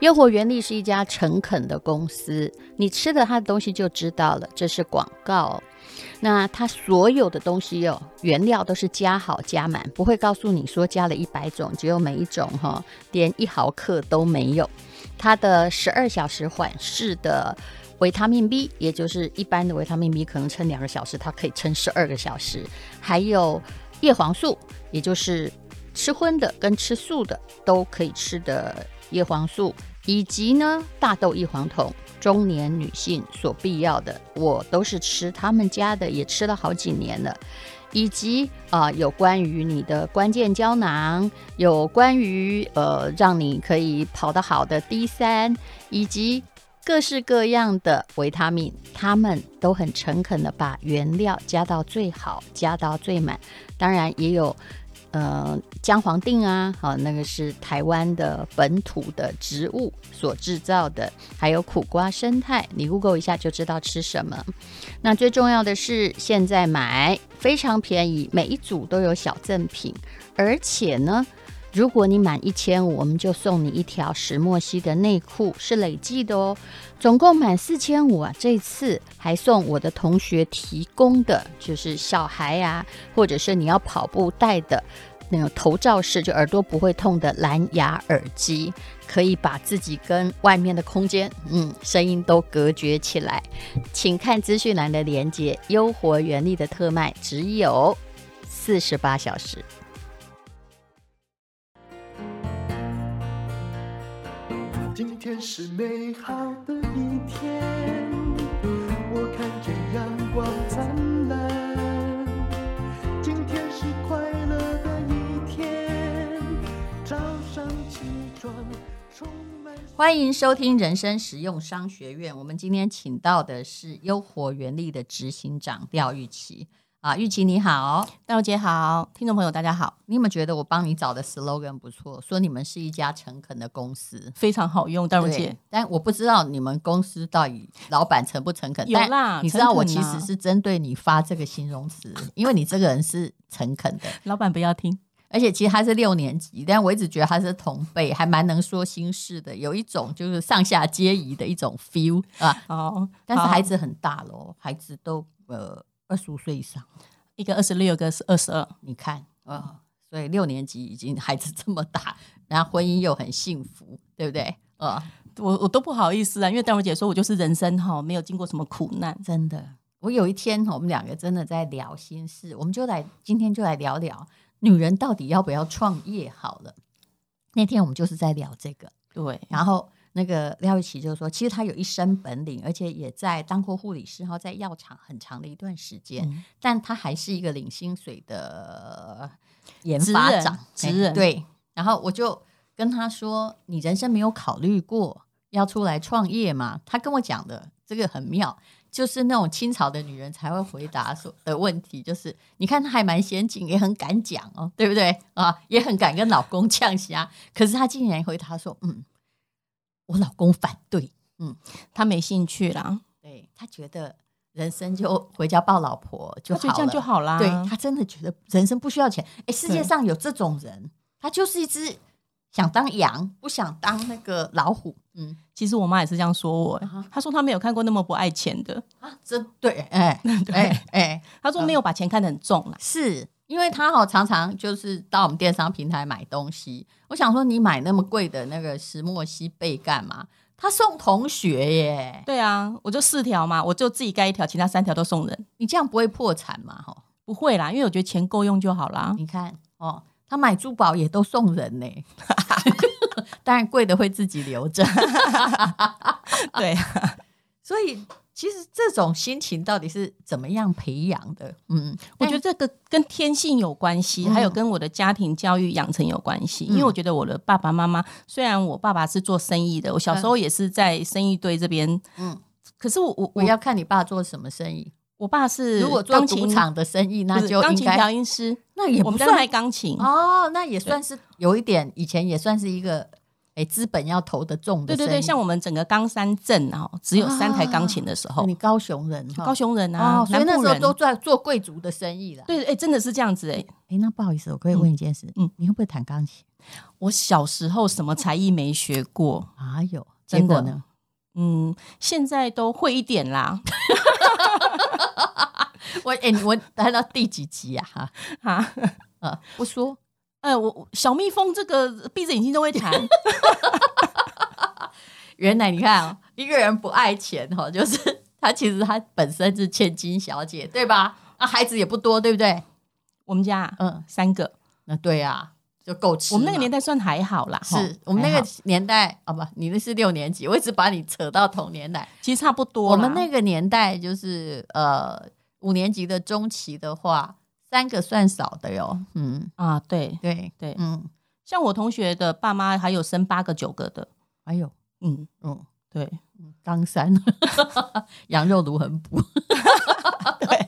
优活原力是一家诚恳的公司，你吃了它的东西就知道了，这是广告。那它所有的东西原料都是加好加满，不会告诉你说加了100种，只有每一种连1毫克都没有。它的12小时缓释的维他命 B， 也就是一般的维他命 B 可能撑2个小时，它可以撑12个小时。还有叶黄素，也就是吃荤的跟吃素的都可以吃的叶黄素，以及呢大豆异黄酮，中年女性所必要的，我都是吃他们家的，也吃了好几年了。以及有关于你的关键胶囊，有关于让你可以跑得好的 D3， 以及各式各样的维他命，他们都很诚恳的把原料加到最好，加到最满。当然也有姜黄锭啊，那个是台湾的本土的植物所制造的，还有苦瓜生态，你 Google 一下就知道吃什么。那最重要的是现在买非常便宜，每一组都有小赠品，而且呢如果你满1500，我们就送你一条石墨烯的内裤，是累计的哦。总共满4500啊，这次还送我的同学提供的，就是小孩啊，或者是你要跑步戴的那种头罩式，就耳朵不会痛的蓝牙耳机，可以把自己跟外面的空间声音都隔绝起来。请看资讯栏的连结，优活原力的特卖只有48小时。 今天是美好的一天，我看见阳光灿烂。今天是快乐的一天，早上起床充满。 欢迎收听人生实用商学院，我们今天请到的是优活原力的执行长廖玉琪。玉琪你好。 戴茹姐好，听众朋友大家好。 你有没有觉得我帮你找的 slogan 不错，说你们是一家诚恳的公司， 非常好用，戴茹姐。 但我不知道你们公司到底老板诚不诚恳。 有啦， 你知道我其实是针对你发这个形容词，因为你这个人是诚恳的。 老板不要听。 而且其实他是6年级，但我一直觉得他是同辈，还蛮能说心事的，有一种就是上下皆宜的一种 feel 啊。但是孩子很大咯，孩子都25岁以上， 一个26，一个是22。 你看所以6年级已经孩子这么大，然后婚姻又很幸福，对不对？ 我都不好意思啊，因为戴茹姐说我就是人生没有经过什么苦难。 真的，我有一天我们2个真的在聊心事，我们今天就来聊聊女人到底要不要创业好了。那天我们就是在聊这个， 对。 然后那个廖玉琪就说，其实他有一身本领，而且也在当过护理师，在药厂很长的一段时间，但他还是一个领薪水的研发长职人。 对。然后我就跟他说，你人生没有考虑过要出来创业吗？他跟我讲的这个很妙，就是那种清朝的女人才会回答的问题，就是你看她还蛮先进，也很敢讲对不对也很敢跟老公呛虾，可是她竟然回答说我老公反对， 他没兴趣啦。 对，他觉得人生就回家抱老婆就好了， 这样就好啦。 对，他真的觉得人生不需要钱。世界上有这种人，他就是一只想当羊，不想当那个老虎。 其实我妈也是这样说我，她说她没有看过那么不爱钱的真对， 她说没有把钱看得很重啦。 是因为他常常就是到我们电商平台买东西，我想说你买那么贵的那个石墨烯被干嘛？他送同学耶。 对啊，我就4条嘛，我就自己盖1条，其他3条都送人。 你这样不会破产吗？ 不会啦，因为我觉得钱够用就好啦。 你看他买珠宝也都送人呢当然贵的会自己留着对啊， 所以其实这种心情到底是怎么样培养的？ 我觉得这个跟天性有关系，还有跟我的家庭教育养成有关系。因为我觉得我的爸爸妈妈，虽然我爸爸是做生意的，我小时候也是在生意队这边，可是我要看你爸做什么生意。 我爸是如果做赌场的生意，那就钢琴调音师， 那也不算， 我们在卖钢琴那也算是有一点，以前也算是一个资本要投得重的生意。 对，像我们整个冈山镇只有3台钢琴的时候， 你高雄人所以那时候都在做贵族的生意了。 对，真的是这样子。 那不好意思，我可以问一件事，你会不会弹钢琴？ 我小时候什么才艺没学过， 哪有？结真的果呢？ 现在都会一点啦。 我谈到第几集啊？不说。 我小蜜蜂这个闭着眼睛都会弹。 原来你看一个人不爱钱就是他其实他本身是千金小姐，对吧？孩子也不多，对不对？ 我们家3个。 那对啊，就够吃。 我们那个年代算还好啦， 是我们那个年代不，你那是6年级，我一直把你扯到同年代， 其实差不多啦。 我们那个年代就是5年级的中期的话，3个算少的哟。 对对对，像我同学的爸妈还有生8个9个的， 哎呦， 对， 冈山羊肉炉很补。 对，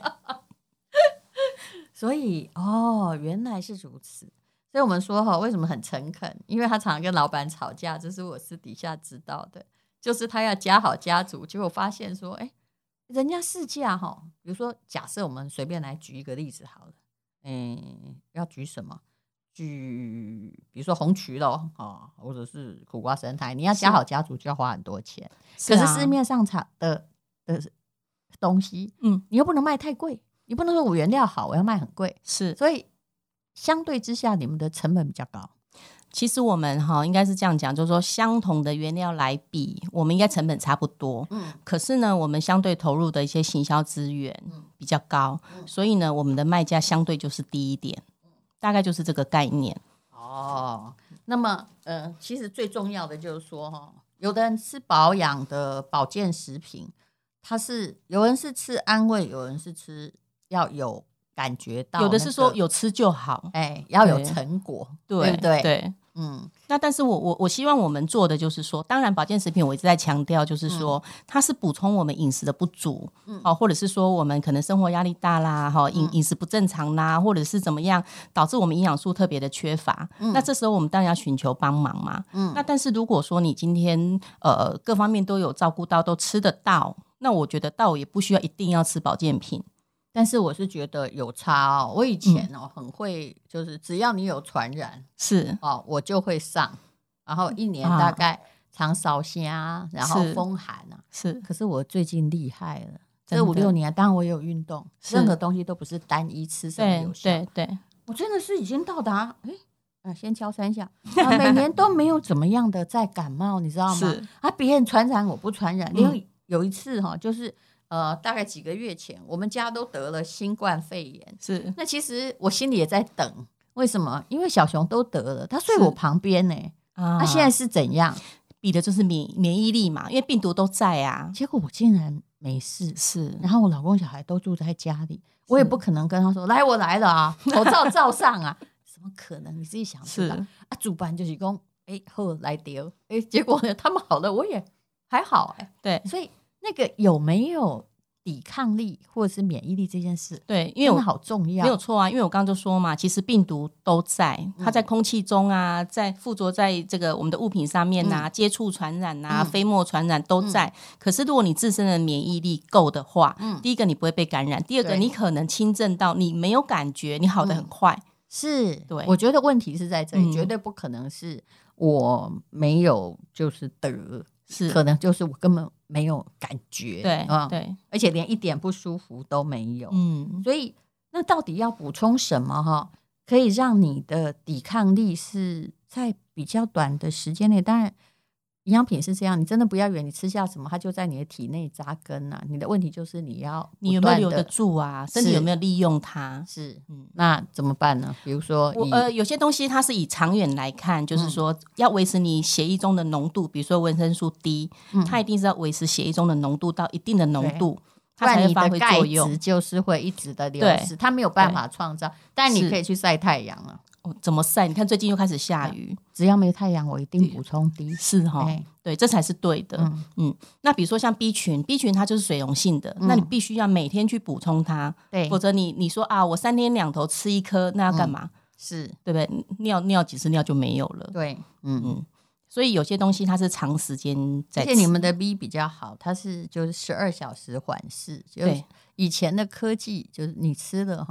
所以原来是如此。所以我们说为什么很诚恳？因为他常常跟老板吵架，这是我私底下知道的，就是他要加好家族，结果发现说人家市价比如说假设我们随便来举一个例子好了，要举什么？比如说红曲咯或者是苦瓜生态，你要加好家族就要花很多钱。可是市面上的东西你又不能卖太贵，你不能说我原料好我要卖很贵， 是， 所以相对之下你们的成本比较高。 其实我们应该是这样讲，就是说相同的原料来比，我们应该成本差不多，可是呢我们相对投入的一些行销资源比较高，所以呢我们的卖价相对就是低一点，大概就是这个概念。 那么其实最重要的就是说有的人吃保养的保健食品，有人是吃安慰，有人是吃要有感觉到， 有的是说有吃就好， 要有成果，对不对？ 对，那但是我希望我们做的就是说，当然保健食品我一直在强调，就是说它是补充我们饮食的不足，或者是说我们可能生活压力大啦，饮食不正常啦，或者是怎么样导致我们营养素特别的缺乏，那这时候我们当然要寻求帮忙嘛。那但是如果说你今天各方面都有照顾到，都吃得到，那我觉得倒也不需要一定要吃保健品。 但是我是觉得有差我以前很会，就是只要你有传染是我就会上，然后1年大概常烧虾，然后风寒是。 可是我最近厉害了，这5-6年当然我也有运动，任何东西都不是单一吃什么有效。 对， 我真的是已经到达先敲3下每年都没有怎么样的在感冒，你知道吗？别人传染我不传染，连有一次就是大概几个月前我们家都得了新冠肺炎， 是。 那其实我心里也在等，为什么？因为小熊都得了，他睡我旁边呢，那现在是怎样？ 比的就是免疫力嘛，因为病毒都在啊。 结果我竟然没事， 是。 然后我老公小孩都住在家里，我也不可能跟他说来我来了口罩罩上怎么可能？你自己想知道主办就是说好来丢结果呢他们好了，我也还好对， 所以那个有没有抵抗力或者是免疫力这件事， 对，因为真的好重要。 没有错啊，因为我刚刚就说嘛，其实病毒都在，它在空气中在附着在这个我们的物品上面接触传染飞沫传染都在。可是如果你自身的免疫力够的话，第一个你不会被感染，第二个你可能轻症到你没有感觉，你好得很快。 是， 对， 我觉得问题是在这里，绝对不可能是我没有就是得，是可能就是我根本没有感觉， 对， 而且连一点不舒服都没有。所以那到底要补充什么可以让你的抵抗力是在比较短的时间内？当然营养品是这样，你真的不要以为你吃下什么它就在你的体内扎根你的问题就是你有没有留得住身体有没有利用它？ 是那怎么办呢？比如说有些东西它是以长远来看，就是说要维持你血液中的浓度，比如说维生素 D，它一定是要维持血液中的浓度到一定的浓度，它才会发挥作用。 钙质就是会一直的流失，它没有办法创造，但你可以去晒太阳了。 怎么晒？你看最近又开始下雨， 只要没太阳我一定补充 D， 是对，这才是对的。那比如说像 B 群它就是水溶性的，那你必须要每天去补充它，对，否则你说我3天2头吃1颗，那要干嘛？是对不对？尿几次尿就没有了。 对， 所以有些东西它是长时间在吃， 而且你们的 B 比较好，它是就是12小时缓释，就是以前的科技就是你吃了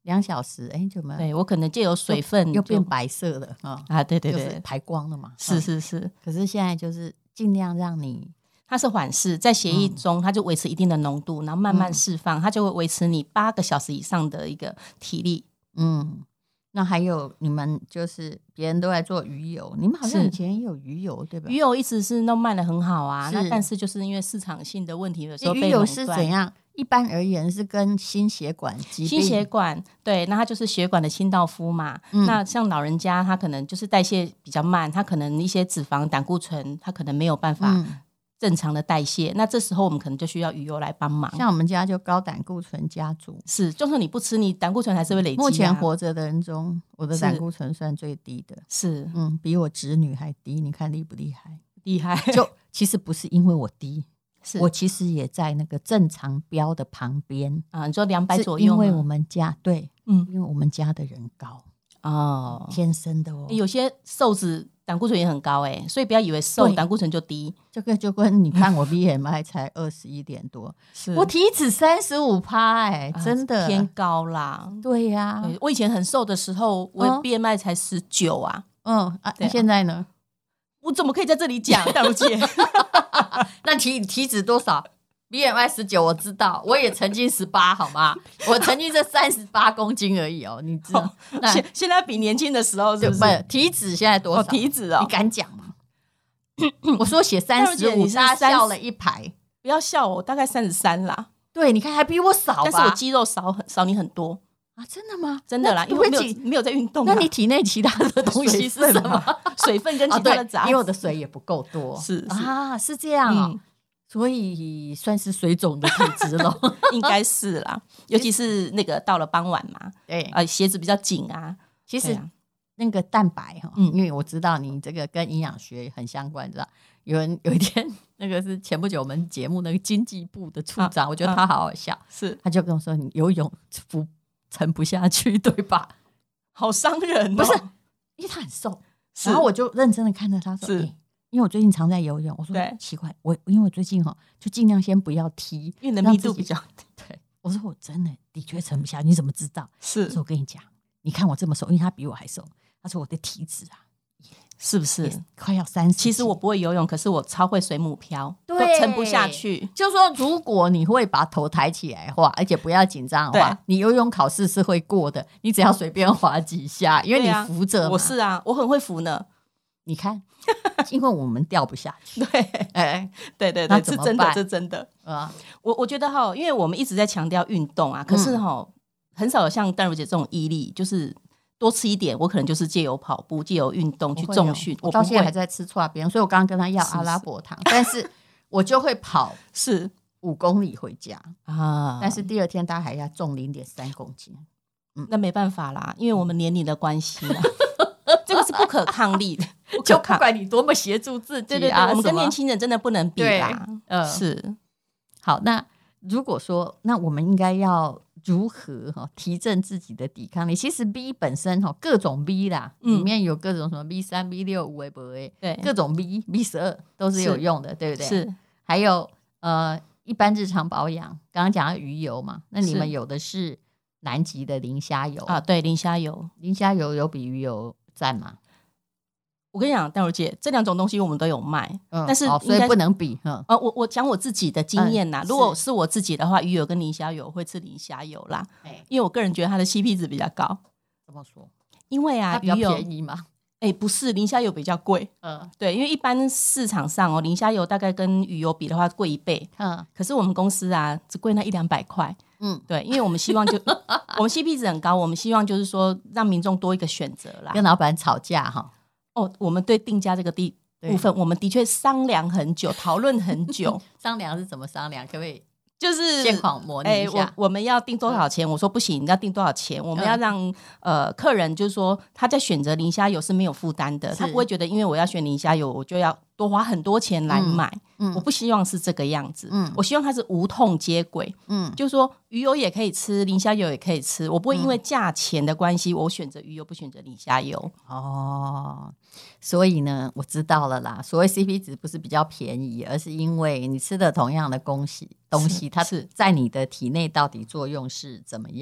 2小时，就没有。 对，我可能借由水分又变白色了对对对， 就是排光了嘛。 是是是。 可是现在就是尽量让你， 它是缓释，在血液中它就维持一定的浓度，然后慢慢释放，它就会维持你8个小时以上的一个体力。 那还有你们就是别人都在做鱼油，你们好像以前也有鱼油对吧？ 鱼油一直是都卖得很好啊，那但是就是因为市场性的问题，有时候被垄断。 鱼油是怎样？一般而言是跟心血管疾病， 心血管对，那它就是血管的清道夫嘛。那像老人家他可能就是代谢比较慢，他可能一些脂肪、胆固醇他可能没有办法正常的代谢，那这时候我们可能就需要鱼油来帮忙。 像我们家就高胆固醇家族， 是，就算你不吃，你胆固醇还是会累积。 目前活着的人中，我的胆固醇算最低的， 是比我侄女还低，你看厉不厉害？ 厉害。 就其实不是因为我低，我其实也在那个正常标的旁边啊，你说200左右吗？ 因为我们家对，因为我们家的人高天生的有些瘦子胆固醇也很高所以不要以为瘦胆固醇就低。 这个就跟你看我 BMI 才21点多，我体脂35%真的偏高啦。 对呀， 我以前很瘦的时候，我 BMI 才19啊。 现在呢？ 我怎么可以在这里讲，大如姐？ 那体脂多少？BMI 19，我知道，我也曾经18，好吗？我曾经是38公斤而已你知道？ 现在比年轻的时候是不是？ 体脂现在多少？ 体脂你敢讲吗？我说写35，大家笑了一排。 不要笑我，大概33啦。 对，你看还比我少吧？ 但是我肌肉少你很多啊！真的吗？ 真的啦，因为没有在运动。 那你体内其他的东西是什么？ 水分跟其他的杂质， 因为我的水也不够多。 是是这样所以算是水肿的体质咯。 应该是啦，尤其是那个到了傍晚嘛，鞋子比较紧啊。 其实那个蛋白因为我知道你这个跟营养学很相关，知道？有一天那个是前不久我们节目那个经济部的处长，我觉得他好好笑， 是他就跟我说你游泳沉不下去，对吧？ 好伤人不是，因为他很瘦，然后我就认真的看着他说，因为我最近常在游泳，我说奇怪，因为我最近就尽量先不要踢， 因为你的密度比较低。 对，我说我真的确沉不下，你怎么知道？ 是， 我跟你讲，你看我这么瘦，因为他比我还瘦，他说我的体脂是不是快要30？ 其实我不会游泳，可是我超会水母漂，都沉不下去。 就说如果你会把头抬起来的话，而且不要紧张的话，你游泳考试是会过的。你只要随便滑几下，因为你扶着嘛。 我是啊，我很会扶呢。 你看，因为我们掉不下去。 对，是真的，是真的。我觉得因为我们一直在强调运动啊，可是很少有像淡如姐这种毅力，就是多吃一点，我可能就是借由跑步、借由运动去重训。 我到现在还在吃剉边，所以我刚刚跟他要阿拉伯糖，但是我就会跑5公里回家啊。但是第二天大概还要重0.3公斤。 那没办法啦，因为我们年龄的关系啦。这个是不可抗力的， 就不管你多么协助自己对，我们跟年轻人真的不能比啦。是。 好，那如果说那我们应该要如何提振自己的抵抗力？其实 B 本身各种 B 啦，里面有各种什么 B3、B6、5A、 对， 各种 B12都是有用的，对不对？ 是。 还有一般日常保养，刚刚讲到鱼油嘛，那你们有的是南极的磷虾油啊，对，磷虾油有比鱼油赞吗？ 我跟你讲，淡如姐，这2种东西我们都有卖，但是所以不能比。 我讲我自己的经验啦，如果是我自己的话，鱼油跟磷虾油会吃磷虾油啦，因为我个人觉得它的 CP 值比较高。 怎么说？ 因为它比较便宜吗？ 不是，磷虾油比较贵。对，因为一般市场上磷虾油大概跟鱼油比的话贵1倍。可是我们公司啊，只贵那100-200块。对，因为我们希望我们 CP 值很高，我们希望就是说让民众多一个选择啦。 跟老板吵架我们对定价这个部分，我们的确商量很久，讨论很久。 商量是怎么商量？可不可以就是现场模拟一下？ 我们要定多少钱？我说不行，要定多少钱？我们要让客人就是说他在选择磷虾油是没有负担的，他不会觉得因为我要选磷虾油，我就要多花很多钱来买。我不希望是这个样子。我希望它是无痛接轨。就是说鱼油也可以吃，磷虾油也可以吃，我不会因为价钱的关系，我选择鱼油不选择磷虾油。 所以呢，我知道了啦。所谓 CP 值不是比较便宜，而是因为你吃的同样的东西，它是在你的体内到底作用是怎么样？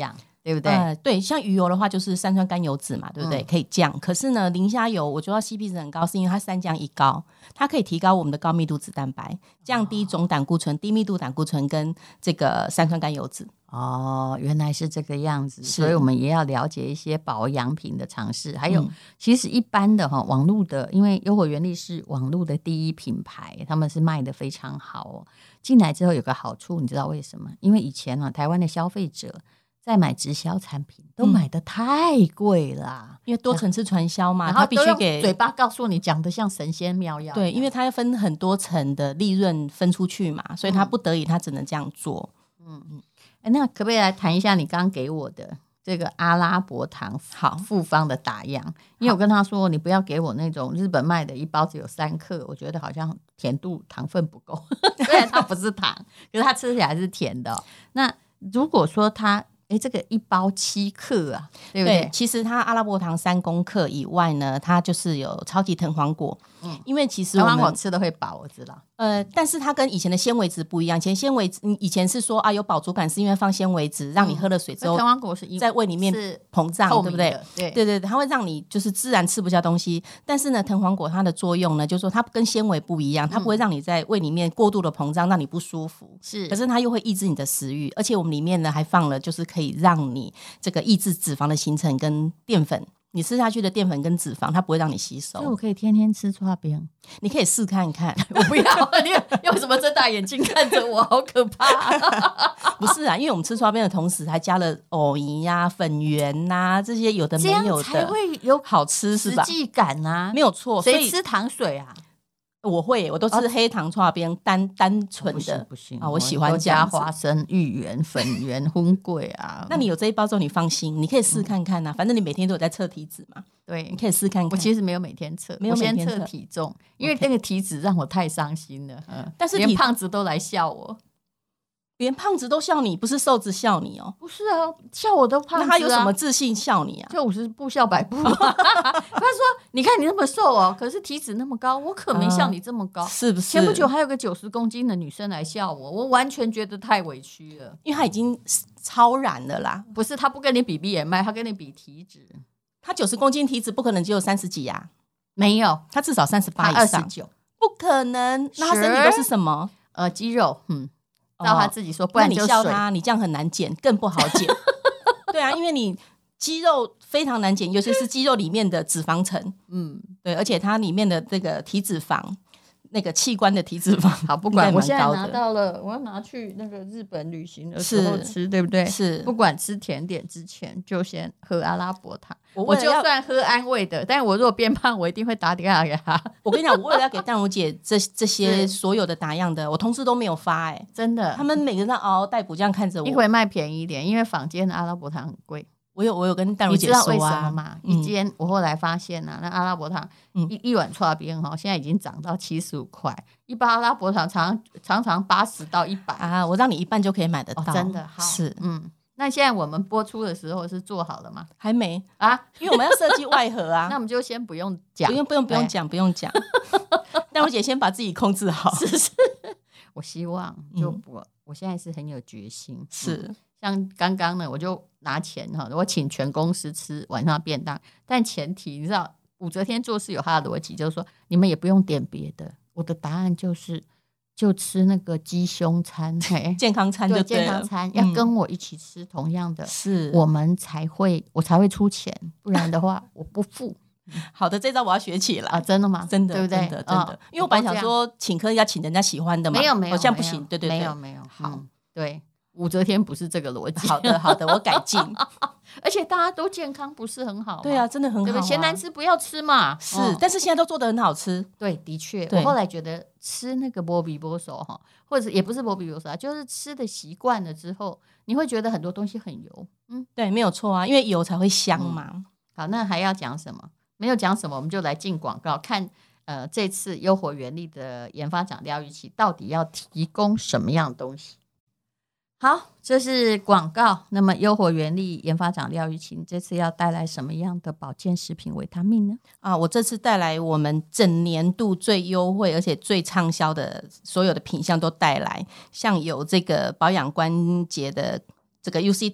对不对？ 对，像鱼油的话就是三酸甘油酯嘛，对不对？可以降。可是呢，磷虾油我觉得 CP 值很高，是因为它三降一高，它可以提高我们的高密度脂蛋白，降低总胆固醇、低密度胆固醇跟这个三酸甘油酯。 哦，原来是这个样子，所以我们也要了解一些保养品的常识。还有，其实一般的网络的，因为优活原力是网络的第一品牌，他们是卖的非常好哦。进来之后有个好处，你知道为什么？因为以前台湾的消费者在买直销产品都买得太贵了， 因为多层次传销嘛， 然后他必须给嘴巴告诉你讲得像神仙妙药。 对，因为他要分很多层的利润分出去嘛，所以他不得已他只能这样做。 那可不可以来谈一下你刚刚给我的这个阿拉伯糖复方的打样？因为我跟他说你不要给我那种日本卖的一包只有3克，我觉得好像甜度糖分不够虽然它不是糖，可是它吃起来是甜的那如果说它这个一包7克啊，对不对？ 其实它阿拉伯糖3公克以外呢，它就是有超级藤黄果。因为其实藤黄果吃的会饱，我知道。 但是它跟以前的纤维质不一样。以前是说有饱足感，是因为放纤维质，让你喝了水之后， 藤黄果是在胃里面膨胀，对不对？对，它会让你就是自然吃不下东西。但是呢，藤黄果它的作用呢，就是说它跟纤维不一样，它不会让你在胃里面过度的膨胀，让你不舒服。可是它又会抑制你的食欲，而且我们里面呢还放了，就是可以让你这个抑制脂肪的形成跟淀粉。你吃下去的淀粉跟脂肪它不会让你吸收， 所以我可以天天吃刨冰。 你可以试看看我不要你用什么睁大眼睛看着我，好可怕不是啊，因为我们吃刨冰的同时还加了藕泥啊、粉圆啊这些有的没有的， 这样才会有好吃是吧？ 实际感啊， 没有错。 谁吃糖水啊？ 我会，我都吃黑糖刨冰，单纯的不行我喜欢加花生、芋圆、粉圆、荤桂啊。 那你有这一包之后，你放心，你可以试看看反正你每天都有在测体脂嘛。 对， 你可以试看看。 我其实没有每天测，我先测体重，因为那个体脂让我太伤心了。 但是连胖子都来笑我。 连胖子都笑你，不是瘦子笑你哦？ 不是啊，笑我都胖子那他有什么自信笑你啊？ 就50步笑100步他说你看你那么瘦哦，可是体脂那么高，我可没像你这么高是不是？ 前不久还有个90公斤的女生来笑我，我完全觉得太委屈了， 因为她已经超燃了啦。 不是，她不跟你比 BMI， 她跟你比体脂。 她90公斤体脂不可能只有30几啊， 没有， 她至少38以上。 29 不可能。那她身体都是什么？ 肌肉。照他自己说，不然你笑他，你这样很难减，更不好减。对啊，因为你肌肉非常难减，尤其是肌肉里面的脂肪层。对，而且它里面的这个体脂肪，那个器官的体脂肪， 好，不管我现在拿到了，我要拿去那个日本旅行的时候吃，对不对？ 是， 不管吃甜点之前，就先喝阿拉伯糖。我就算喝安慰的，但我如果变胖，我一定会打电话给他。 我跟你讲，我为了要给淡如姐这些所有的打样的，我同事都没有发真的， 他们每个人嗷嗷待哺这样看着我。 一会卖便宜一点，因为坊间的阿拉伯糖很贵。 我有跟淡如姐说你知道为什么吗？一间我后来发现那阿拉伯糖一碗刨冰现在已经涨到75块，一包阿拉伯糖常常80到100 啊！我让你一半就可以买得到， 真的好是那现在我们播出的时候是做好了吗？ 还没啊，因为我们要设计外盒啊。 那我们就先不用讲， 不用讲。淡如姐先把自己控制好。 是，我希望我现在是很有决心， 是。 像刚刚呢，我就拿钱我请全公司吃晚上便当，但前提你知道武则天做事有他的逻辑，就是说你们也不用点别的，我的答案就吃那个鸡胸餐健康餐，就健康餐要跟我一起吃同样的， 是我才会出钱，不然的话我不付。 好的，这招我要学起来啊！真的吗？ 真的， 对不对？ 真的，因为我本来想说请客要请人家喜欢的嘛， 没有， 现在不行，对， 没有，好，对。武则天不是这个逻辑。 好的，我改进。 而且大家都健康，不是很好吗？ 对啊，真的很好，对不对？嫌难吃不要吃嘛。 是，但是现在都做得很好吃。 对，的确，我后来觉得吃那个波比波手或者也不是波比波手就是吃的习惯了之后，你会觉得很多东西很油。 对，没有错啊，因为油才会香嘛。 好，那还要讲什么？没有讲什么，我们就来进广告，看这次优活原力的研发长疗愈器到底要提供什么样的东西。好，这是广告。那么优活原力研发长廖玉琴这次要带来什么样的保健食品维他命呢？ 我这次带来我们整年度最优惠而且最畅销的所有的品项都带来，像有这个保养关节的这个 UC2，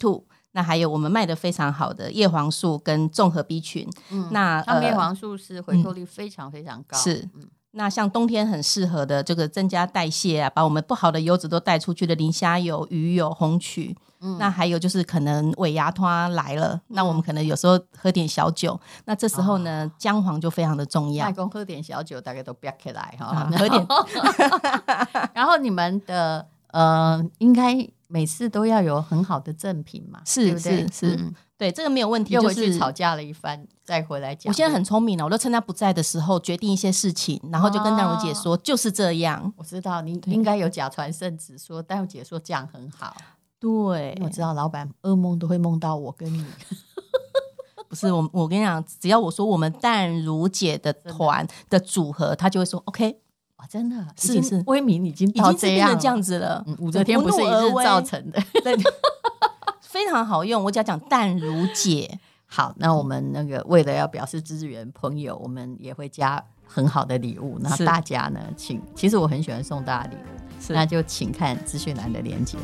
那还有我们卖的非常好的叶黄素跟综合 B 群，那像叶黄素是回购率非常非常高， 是。那像冬天很适合的这个增加代谢啊，把我们不好的油脂都带出去的磷虾油、鱼油、红曲，那还有就是可能尾牙团来了，那我们可能有时候喝点小酒，那这时候呢，姜黄就非常的重要。 外公喝点小酒，大概都憋起来喝点。 然后你们的应该每次都要有很好的赠品嘛， 是对不对？ 是，对，这个没有问题。 又回去吵架了一番，再回来讲。 我现在很聪明了，我都趁他不在的时候决定一些事情，然后就跟淡如姐说，就是这样。 我知道你应该有假传圣旨，说淡如姐说这样很好。 对， 因为我知道老板噩梦都会梦到我跟你。 不是我跟你讲，只要我说我们淡如姐的团的组合，他就会说 OK。 真的是威名已经到这样了， 这样子了。 武则天不是一日造成的。 对，非常好用。我只要讲淡如姐。 好，那我们那个为了要表示支援朋友，我们也会加很好的礼物。那大家呢，其实我很喜欢送大家礼物，那就请看资讯栏的连结。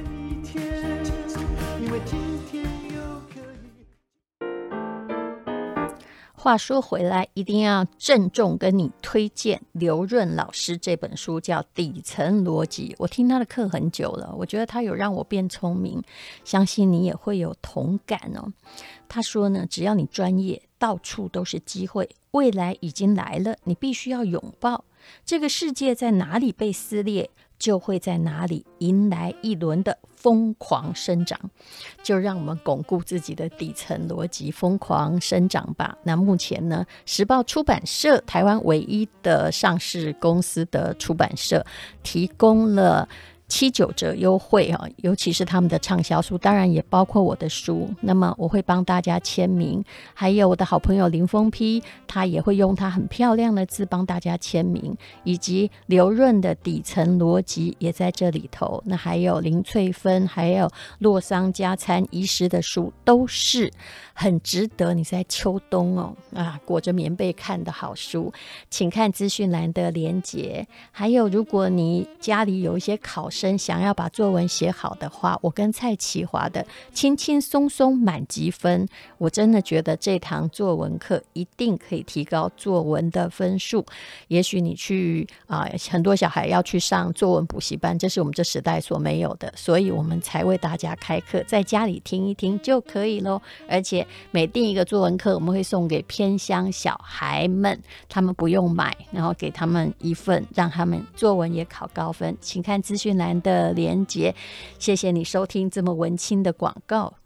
话说回来，一定要郑重跟你推荐刘润老师这本书，叫《底层逻辑》。我听他的课很久了，我觉得他有让我变聪明，相信你也会有同感哦。他说呢，只要你专业，到处都是机会，未来已经来了，你必须要拥抱。这个世界在哪里被撕裂，就会在哪里迎来一轮的疯狂生长。就让我们巩固自己的底层逻辑，疯狂生长吧。那目前呢，时报出版社台湾唯一的上市公司的出版社提供了79折优惠，尤其是他们的畅销书，当然也包括我的书。那么我会帮大家签名，还有我的好朋友林峰批，他也会用他很漂亮的字帮大家签名，以及刘润的底层逻辑也在这里头。那还有林翠芬，还有洛桑加餐医师的书，都是很值得你在秋冬裹着棉被看的好书。请看资讯栏的连结。还有如果你家里有一些考生想要把作文写好的话，我跟蔡奇华的轻轻松松满级分，我真的觉得这堂作文课一定可以提高作文的分数。也许你去很多小孩要去上作文补习班，这是我们这时代所没有的，所以我们才为大家开课，在家里听一听就可以咯。而且每订一个作文课，我们会送给偏乡小孩们，他们不用买，然后给他们一份，让他们作文也考高分。请看资讯栏的连结。谢谢你收听这么文青的广告。